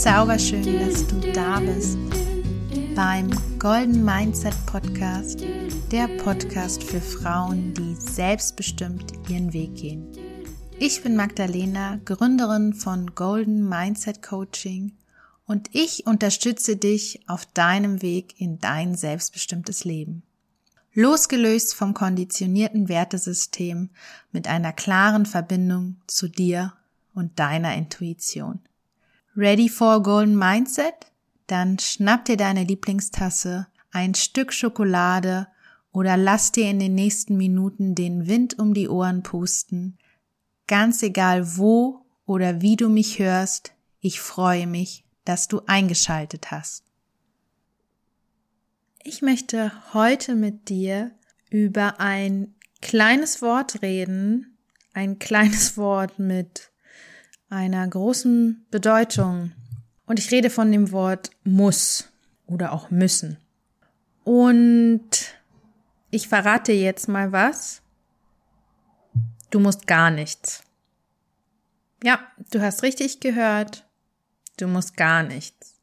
Zauberschön, dass du da bist beim Golden Mindset Podcast, der Podcast für Frauen, die selbstbestimmt ihren Weg gehen. Ich bin Magdalena, Gründerin von Golden Mindset Coaching und ich unterstütze dich auf deinem Weg in dein selbstbestimmtes Leben. Losgelöst vom konditionierten Wertesystem mit einer klaren Verbindung zu dir und deiner Intuition. Ready for Golden Mindset? Dann schnapp dir deine Lieblingstasse, ein Stück Schokolade oder lass dir in den nächsten Minuten den Wind um die Ohren pusten. Ganz egal wo oder wie du mich hörst, ich freue mich, dass du eingeschaltet hast. Ich möchte heute mit dir über ein kleines Wort reden, ein kleines Wort mit einer großen Bedeutung. Und ich rede von dem Wort muss oder auch müssen. Und ich verrate jetzt mal was. Du musst gar nichts. Ja, du hast richtig gehört. Du musst gar nichts.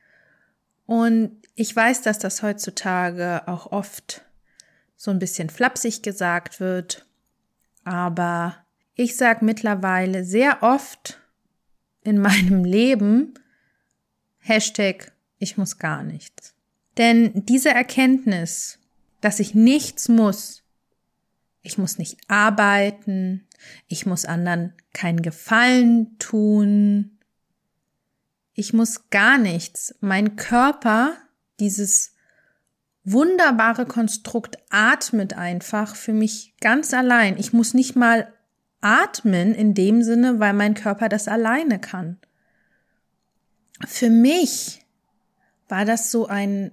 Und ich weiß, dass das heutzutage auch oft so ein bisschen flapsig gesagt wird. Aber ich sage mittlerweile sehr oft in meinem Leben Hashtag, ich muss gar nichts. Denn diese Erkenntnis, dass ich nichts muss, ich muss nicht arbeiten, ich muss anderen keinen Gefallen tun, ich muss gar nichts. Mein Körper, dieses wunderbare Konstrukt atmet einfach für mich ganz allein. Ich muss nicht mal atmen in dem Sinne, weil mein Körper das alleine kann. Für mich war das so ein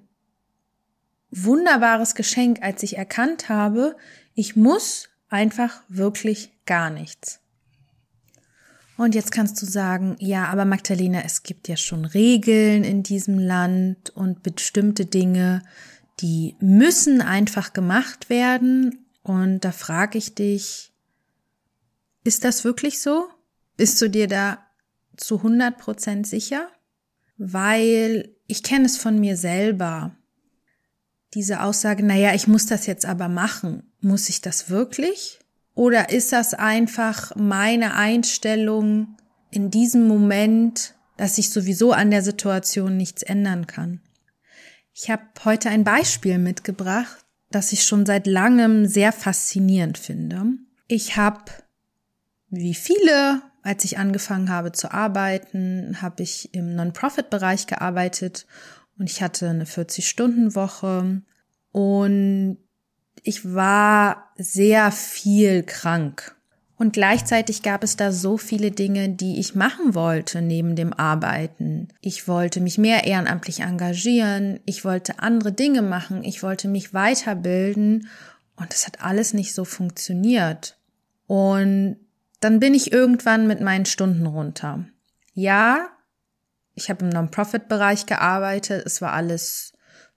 wunderbares Geschenk, als ich erkannt habe, ich muss einfach wirklich gar nichts. Und jetzt kannst du sagen, ja, aber Magdalena, es gibt ja schon Regeln in diesem Land und bestimmte Dinge, die müssen einfach gemacht werden. Und da frage ich dich, ist das wirklich so? Bist du dir da zu 100% sicher? Weil ich kenne es von mir selber. Diese Aussage, naja, ich muss das jetzt aber machen. Muss ich das wirklich? Oder ist das einfach meine Einstellung in diesem Moment, dass ich sowieso an der Situation nichts ändern kann? Ich habe heute ein Beispiel mitgebracht, das ich schon seit langem sehr faszinierend finde. Ich habe, wie viele, als ich angefangen habe zu arbeiten, habe ich im Non-Profit-Bereich gearbeitet und ich hatte eine 40-Stunden-Woche und ich war sehr viel krank. Und gleichzeitig gab es da so viele Dinge, die ich machen wollte neben dem Arbeiten. Ich wollte mich mehr ehrenamtlich engagieren, ich wollte andere Dinge machen, ich wollte mich weiterbilden und es hat alles nicht so funktioniert. Und dann bin ich irgendwann mit meinen Stunden runter. Ja, ich habe im Non-Profit-Bereich gearbeitet, es war alles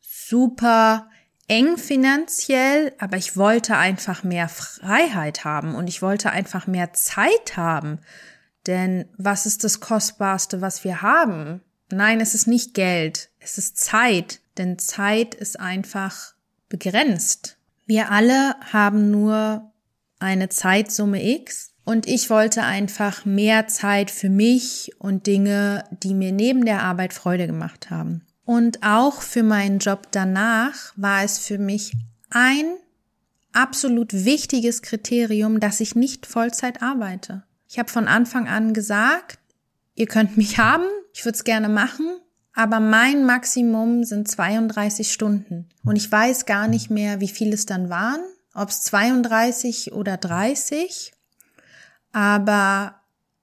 super eng finanziell, aber ich wollte einfach mehr Freiheit haben und ich wollte einfach mehr Zeit haben. Denn was ist das Kostbarste, was wir haben? Nein, es ist nicht Geld, es ist Zeit, denn Zeit ist einfach begrenzt. Wir alle haben nur eine Zeitsumme X. Und ich wollte einfach mehr Zeit für mich und Dinge, die mir neben der Arbeit Freude gemacht haben. Und auch für meinen Job danach war es für mich ein absolut wichtiges Kriterium, dass ich nicht Vollzeit arbeite. Ich habe von Anfang an gesagt, ihr könnt mich haben, ich würde es gerne machen, aber mein Maximum sind 32 Stunden. Und ich weiß gar nicht mehr, wie viel es dann waren, ob es 32 oder 30. Aber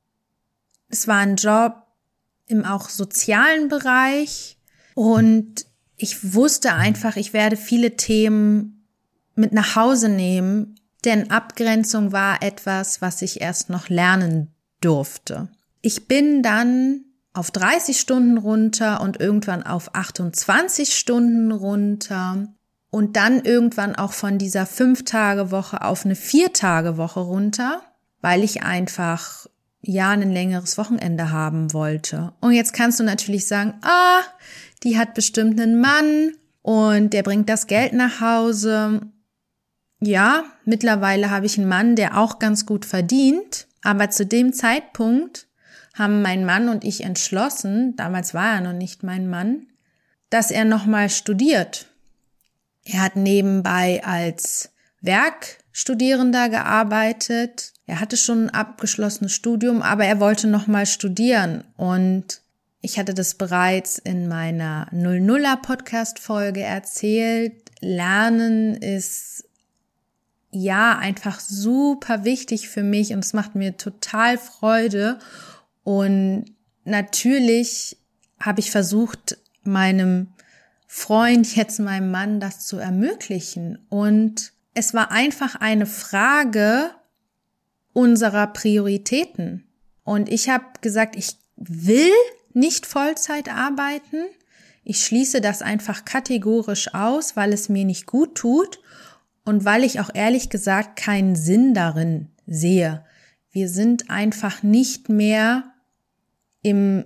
es war ein Job im auch sozialen Bereich und ich wusste einfach, ich werde viele Themen mit nach Hause nehmen, denn Abgrenzung war etwas, was ich erst noch lernen durfte. Ich bin dann auf 30 Stunden runter und irgendwann auf 28 Stunden runter und dann irgendwann auch von dieser 5-Tage-Woche auf eine 4-Tage-Woche runter, weil ich einfach ein längeres Wochenende haben wollte. Und jetzt kannst du natürlich sagen, die hat bestimmt einen Mann und der bringt das Geld nach Hause. Ja, mittlerweile habe ich einen Mann, der auch ganz gut verdient, aber zu dem Zeitpunkt haben mein Mann und ich entschlossen, damals war er noch nicht mein Mann, dass er nochmal studiert. Er hat nebenbei als Werkstudierender gearbeitet. Er hatte schon ein abgeschlossenes Studium, aber er wollte nochmal studieren. Und ich hatte das bereits in meiner 00er Podcast-Folge erzählt. Lernen ist einfach super wichtig für mich und es macht mir total Freude. Und natürlich habe ich versucht, meinem Freund, jetzt meinem Mann, das zu ermöglichen. Und es war einfach eine Frage unserer Prioritäten. Und ich habe gesagt, ich will nicht Vollzeit arbeiten. Ich schließe das einfach kategorisch aus, weil es mir nicht gut tut und weil ich auch ehrlich gesagt keinen Sinn darin sehe. Wir sind einfach nicht mehr im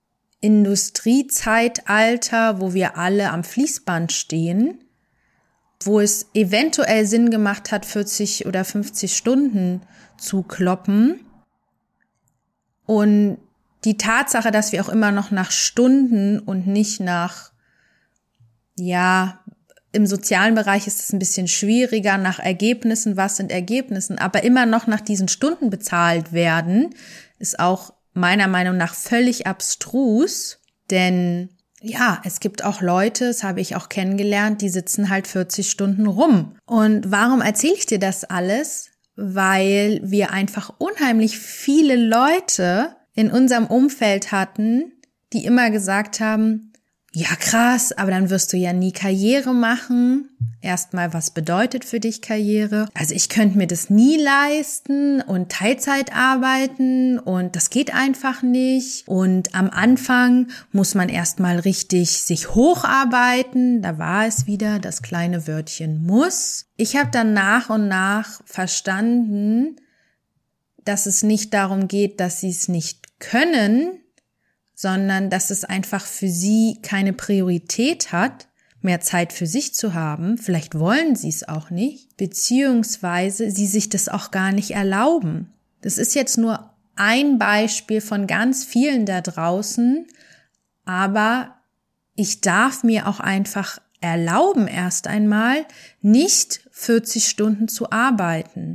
Industriezeitalter, wo wir alle am Fließband stehen, wo es eventuell Sinn gemacht hat, 40 oder 50 Stunden zu kloppen. Und die Tatsache, dass wir auch immer noch nach Stunden und nicht nach, im sozialen Bereich ist es ein bisschen schwieriger, nach Ergebnissen, was sind Ergebnissen, aber immer noch nach diesen Stunden bezahlt werden, ist auch meiner Meinung nach völlig abstrus, denn es gibt auch Leute, das habe ich auch kennengelernt, die sitzen halt 40 Stunden rum. Und warum erzähle ich dir das alles? Weil wir einfach unheimlich viele Leute in unserem Umfeld hatten, die immer gesagt haben, ja krass, aber dann wirst du ja nie Karriere machen. Erstmal, was bedeutet für dich Karriere? Also ich könnte mir das nie leisten und Teilzeit arbeiten und das geht einfach nicht. Und am Anfang muss man erstmal richtig sich hocharbeiten. Da war es wieder das kleine Wörtchen muss. Ich habe dann nach und nach verstanden, dass es nicht darum geht, dass sie es nicht können, sondern dass es einfach für sie keine Priorität hat, mehr Zeit für sich zu haben. Vielleicht wollen sie es auch nicht, beziehungsweise sie sich das auch gar nicht erlauben. Das ist jetzt nur ein Beispiel von ganz vielen da draußen, aber ich darf mir auch einfach erlauben, erst einmal nicht 40 Stunden zu arbeiten.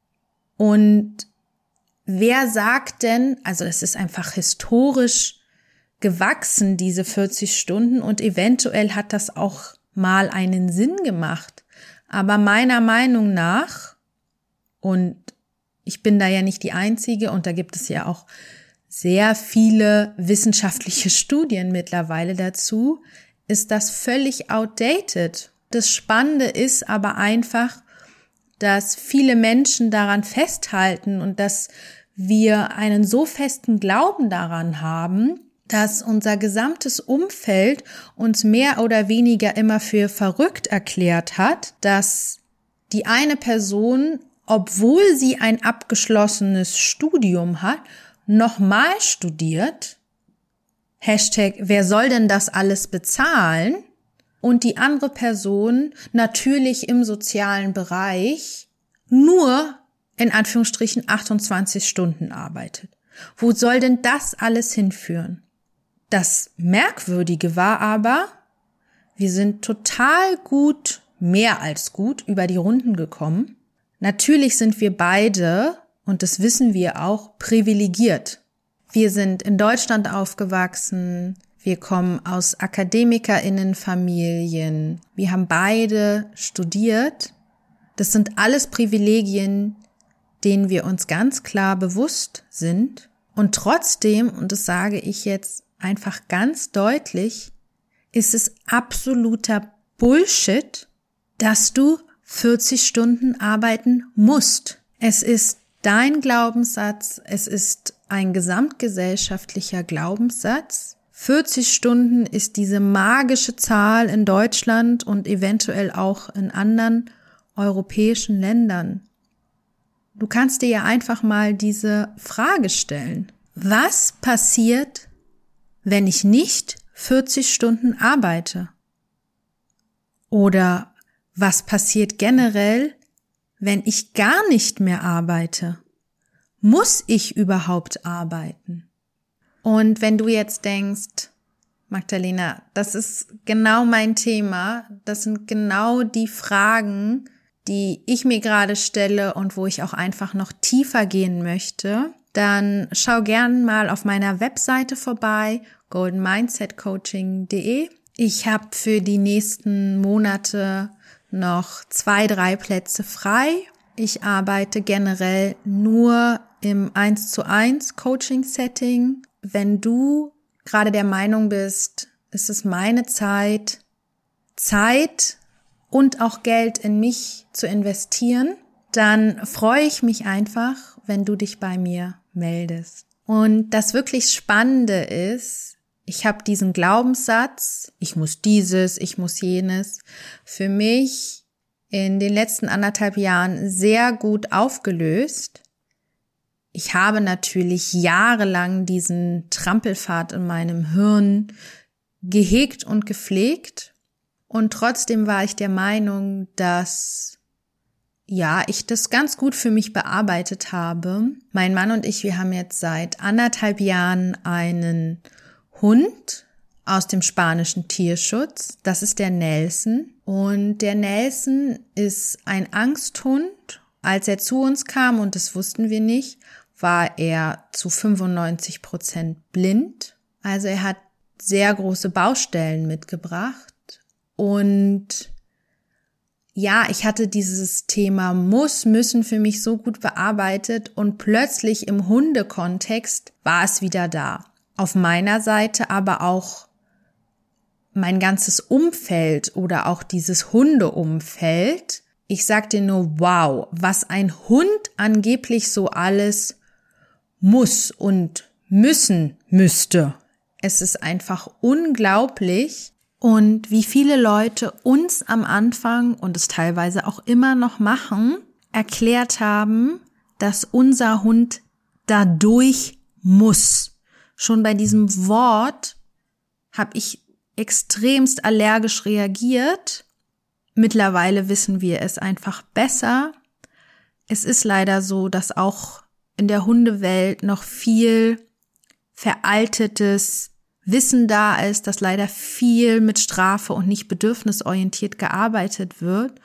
Und wer sagt denn, also es ist einfach historisch gewachsen, diese 40 Stunden, und eventuell hat das auch mal einen Sinn gemacht. Aber meiner Meinung nach, und ich bin da ja nicht die Einzige, und da gibt es ja auch sehr viele wissenschaftliche Studien mittlerweile dazu, ist das völlig outdated. Das Spannende ist aber einfach, dass viele Menschen daran festhalten und dass wir einen so festen Glauben daran haben, dass unser gesamtes Umfeld uns mehr oder weniger immer für verrückt erklärt hat, dass die eine Person, obwohl sie ein abgeschlossenes Studium hat, nochmal studiert. Hashtag, wer soll denn das alles bezahlen? Und die andere Person natürlich im sozialen Bereich nur in Anführungsstrichen 28 Stunden arbeitet. Wo soll denn das alles hinführen? Das Merkwürdige war aber, wir sind total gut, mehr als gut, über die Runden gekommen. Natürlich sind wir beide, und das wissen wir auch, privilegiert. Wir sind in Deutschland aufgewachsen, wir kommen aus AkademikerInnenfamilien, wir haben beide studiert. Das sind alles Privilegien, denen wir uns ganz klar bewusst sind. Und trotzdem, und das sage ich jetzt einfach ganz deutlich, ist es absoluter Bullshit, dass du 40 Stunden arbeiten musst. Es ist dein Glaubenssatz, es ist ein gesamtgesellschaftlicher Glaubenssatz. 40 Stunden ist diese magische Zahl in Deutschland und eventuell auch in anderen europäischen Ländern. Du kannst dir ja einfach mal diese Frage stellen. Was passiert, wenn ich nicht 40 Stunden arbeite? Oder was passiert generell, wenn ich gar nicht mehr arbeite? Muss ich überhaupt arbeiten? Und wenn du jetzt denkst, Magdalena, das ist genau mein Thema, das sind genau die Fragen, die ich mir gerade stelle und wo ich auch einfach noch tiefer gehen möchte, dann schau gern mal auf meiner Webseite vorbei, goldenmindsetcoaching.de. Ich habe für die nächsten Monate noch 2-3 Plätze frei. Ich arbeite generell nur im 1:1 Coaching-Setting. Wenn du gerade der Meinung bist, es ist meine Zeit und auch Geld in mich zu investieren, dann freue ich mich einfach, wenn du dich bei mir meldest. Und das wirklich Spannende ist, ich habe diesen Glaubenssatz, ich muss dieses, ich muss jenes, für mich in den letzten 1,5 Jahren sehr gut aufgelöst. Ich habe natürlich jahrelang diesen Trampelpfad in meinem Hirn gehegt und gepflegt und trotzdem war ich der Meinung, dass ich das ganz gut für mich bearbeitet habe. Mein Mann und ich, wir haben jetzt seit 1,5 Jahren einen Hund aus dem spanischen Tierschutz. Das ist der Nelson. Und der Nelson ist ein Angsthund. Als er zu uns kam, und das wussten wir nicht, war er zu 95% blind. Also er hat sehr große Baustellen mitgebracht. Und ja, ich hatte dieses Thema müssen für mich so gut bearbeitet und plötzlich im Hundekontext war es wieder da. Auf meiner Seite aber auch mein ganzes Umfeld oder auch dieses Hundeumfeld. Ich sag dir nur, wow, was ein Hund angeblich so alles muss und müsste. Es ist einfach unglaublich. Und wie viele Leute uns am Anfang und es teilweise auch immer noch machen, erklärt haben, dass unser Hund dadurch muss. Schon bei diesem Wort habe ich extremst allergisch reagiert. Mittlerweile wissen wir es einfach besser. Es ist leider so, dass auch in der Hundewelt noch viel veraltetes Wissen da ist, dass leider viel mit Strafe und nicht bedürfnisorientiert gearbeitet wird.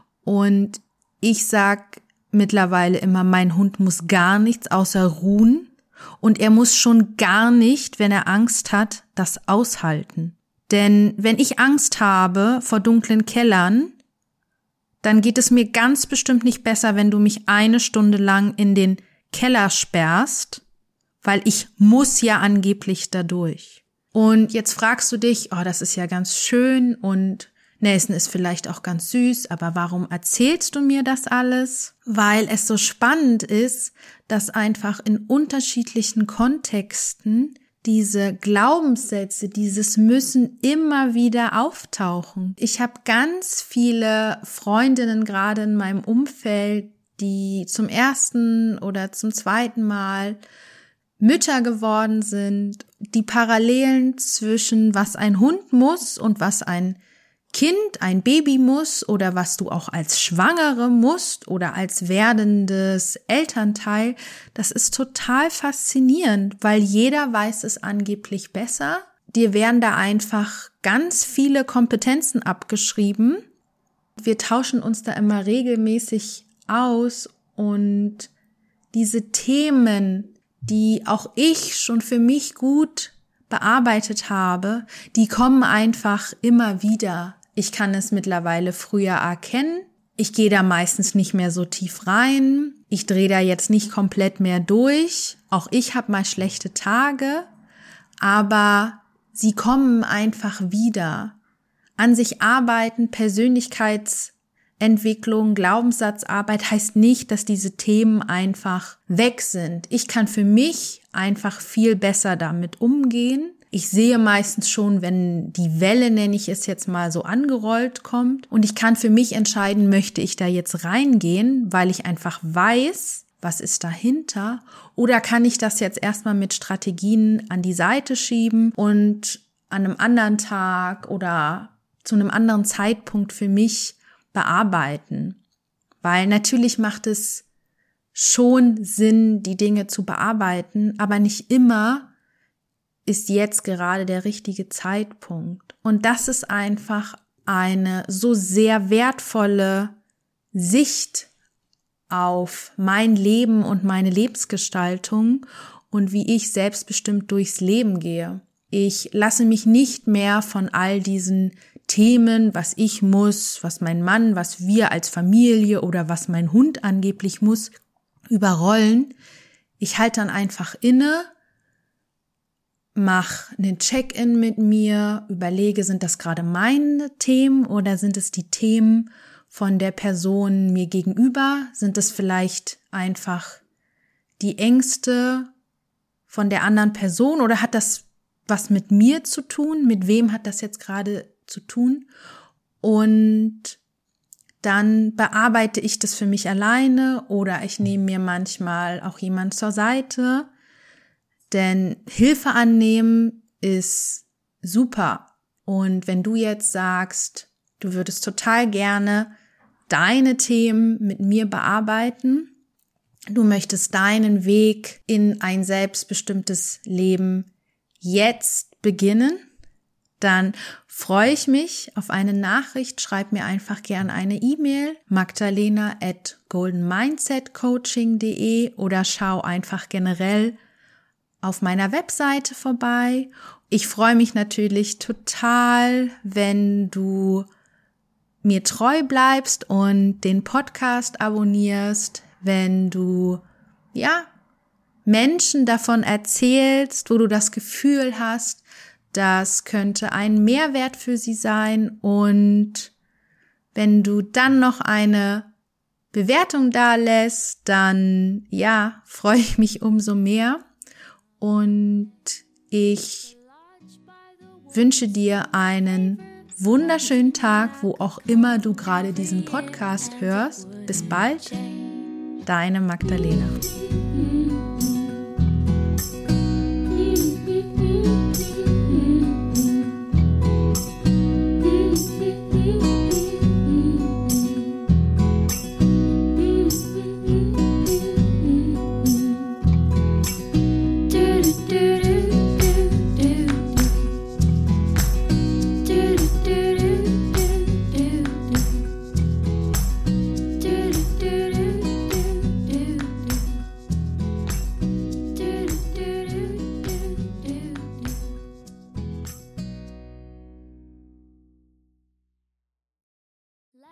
Und ich sag mittlerweile immer, mein Hund muss gar nichts außer ruhen und er muss schon gar nicht, wenn er Angst hat, das aushalten. Denn wenn ich Angst habe vor dunklen Kellern, dann geht es mir ganz bestimmt nicht besser, wenn du mich 1 Stunde lang in den Keller sperrst, weil ich muss ja angeblich da durch. Und jetzt fragst du dich, das ist ja ganz schön und Nelson ist vielleicht auch ganz süß, aber warum erzählst du mir das alles? Weil es so spannend ist, dass einfach in unterschiedlichen Kontexten diese Glaubenssätze, dieses Müssen immer wieder auftauchen. Ich habe ganz viele Freundinnen gerade in meinem Umfeld, die zum 1. oder zum 2. Mal Mütter geworden sind, die Parallelen zwischen was ein Hund muss und was ein Kind, ein Baby muss oder was du auch als Schwangere musst oder als werdendes Elternteil, das ist total faszinierend, weil jeder weiß es angeblich besser. Dir werden da einfach ganz viele Kompetenzen abgeschrieben. Wir tauschen uns da immer regelmäßig aus und diese Themen, die auch ich schon für mich gut bearbeitet habe, die kommen einfach immer wieder. Ich kann es mittlerweile früher erkennen. Ich gehe da meistens nicht mehr so tief rein. Ich drehe da jetzt nicht komplett mehr durch. Auch ich habe mal schlechte Tage, aber sie kommen einfach wieder. An sich arbeiten, Persönlichkeitsentwicklung, Glaubenssatzarbeit heißt nicht, dass diese Themen einfach weg sind. Ich kann für mich einfach viel besser damit umgehen. Ich sehe meistens schon, wenn die Welle, nenne ich es jetzt mal, so angerollt kommt. Und ich kann für mich entscheiden, möchte ich da jetzt reingehen, weil ich einfach weiß, was ist dahinter? Oder kann ich das jetzt erstmal mit Strategien an die Seite schieben und an einem anderen Tag oder zu einem anderen Zeitpunkt für mich bearbeiten? Weil natürlich macht es schon Sinn, die Dinge zu bearbeiten, aber nicht immer ist jetzt gerade der richtige Zeitpunkt. Und das ist einfach eine so sehr wertvolle Sicht auf mein Leben und meine Lebensgestaltung und wie ich selbstbestimmt durchs Leben gehe. Ich lasse mich nicht mehr von all diesen Themen, was ich muss, was mein Mann, was wir als Familie oder was mein Hund angeblich muss, überrollen. Ich halte dann einfach inne, mach einen Check-in mit mir, überlege, sind das gerade meine Themen oder sind es die Themen von der Person mir gegenüber? Sind es vielleicht einfach die Ängste von der anderen Person oder hat das was mit mir zu tun? Mit wem hat das jetzt gerade zu tun? Und dann bearbeite ich das für mich alleine oder ich nehme mir manchmal auch jemand zur Seite, denn Hilfe annehmen ist super. Und wenn du jetzt sagst, du würdest total gerne deine Themen mit mir bearbeiten, du möchtest deinen Weg in ein selbstbestimmtes Leben jetzt beginnen, dann freue ich mich auf eine Nachricht. Schreib mir einfach gern eine E-Mail, magdalena@goldenmindsetcoaching.de oder schau einfach generell auf meiner Webseite vorbei. Ich freue mich natürlich total, wenn du mir treu bleibst und den Podcast abonnierst, wenn du, Menschen davon erzählst, wo du das Gefühl hast, das könnte ein Mehrwert für sie sein und wenn du dann noch eine Bewertung da lässt, dann, freue ich mich umso mehr und ich wünsche dir einen wunderschönen Tag, wo auch immer du gerade diesen Podcast hörst. Bis bald, deine Magdalena.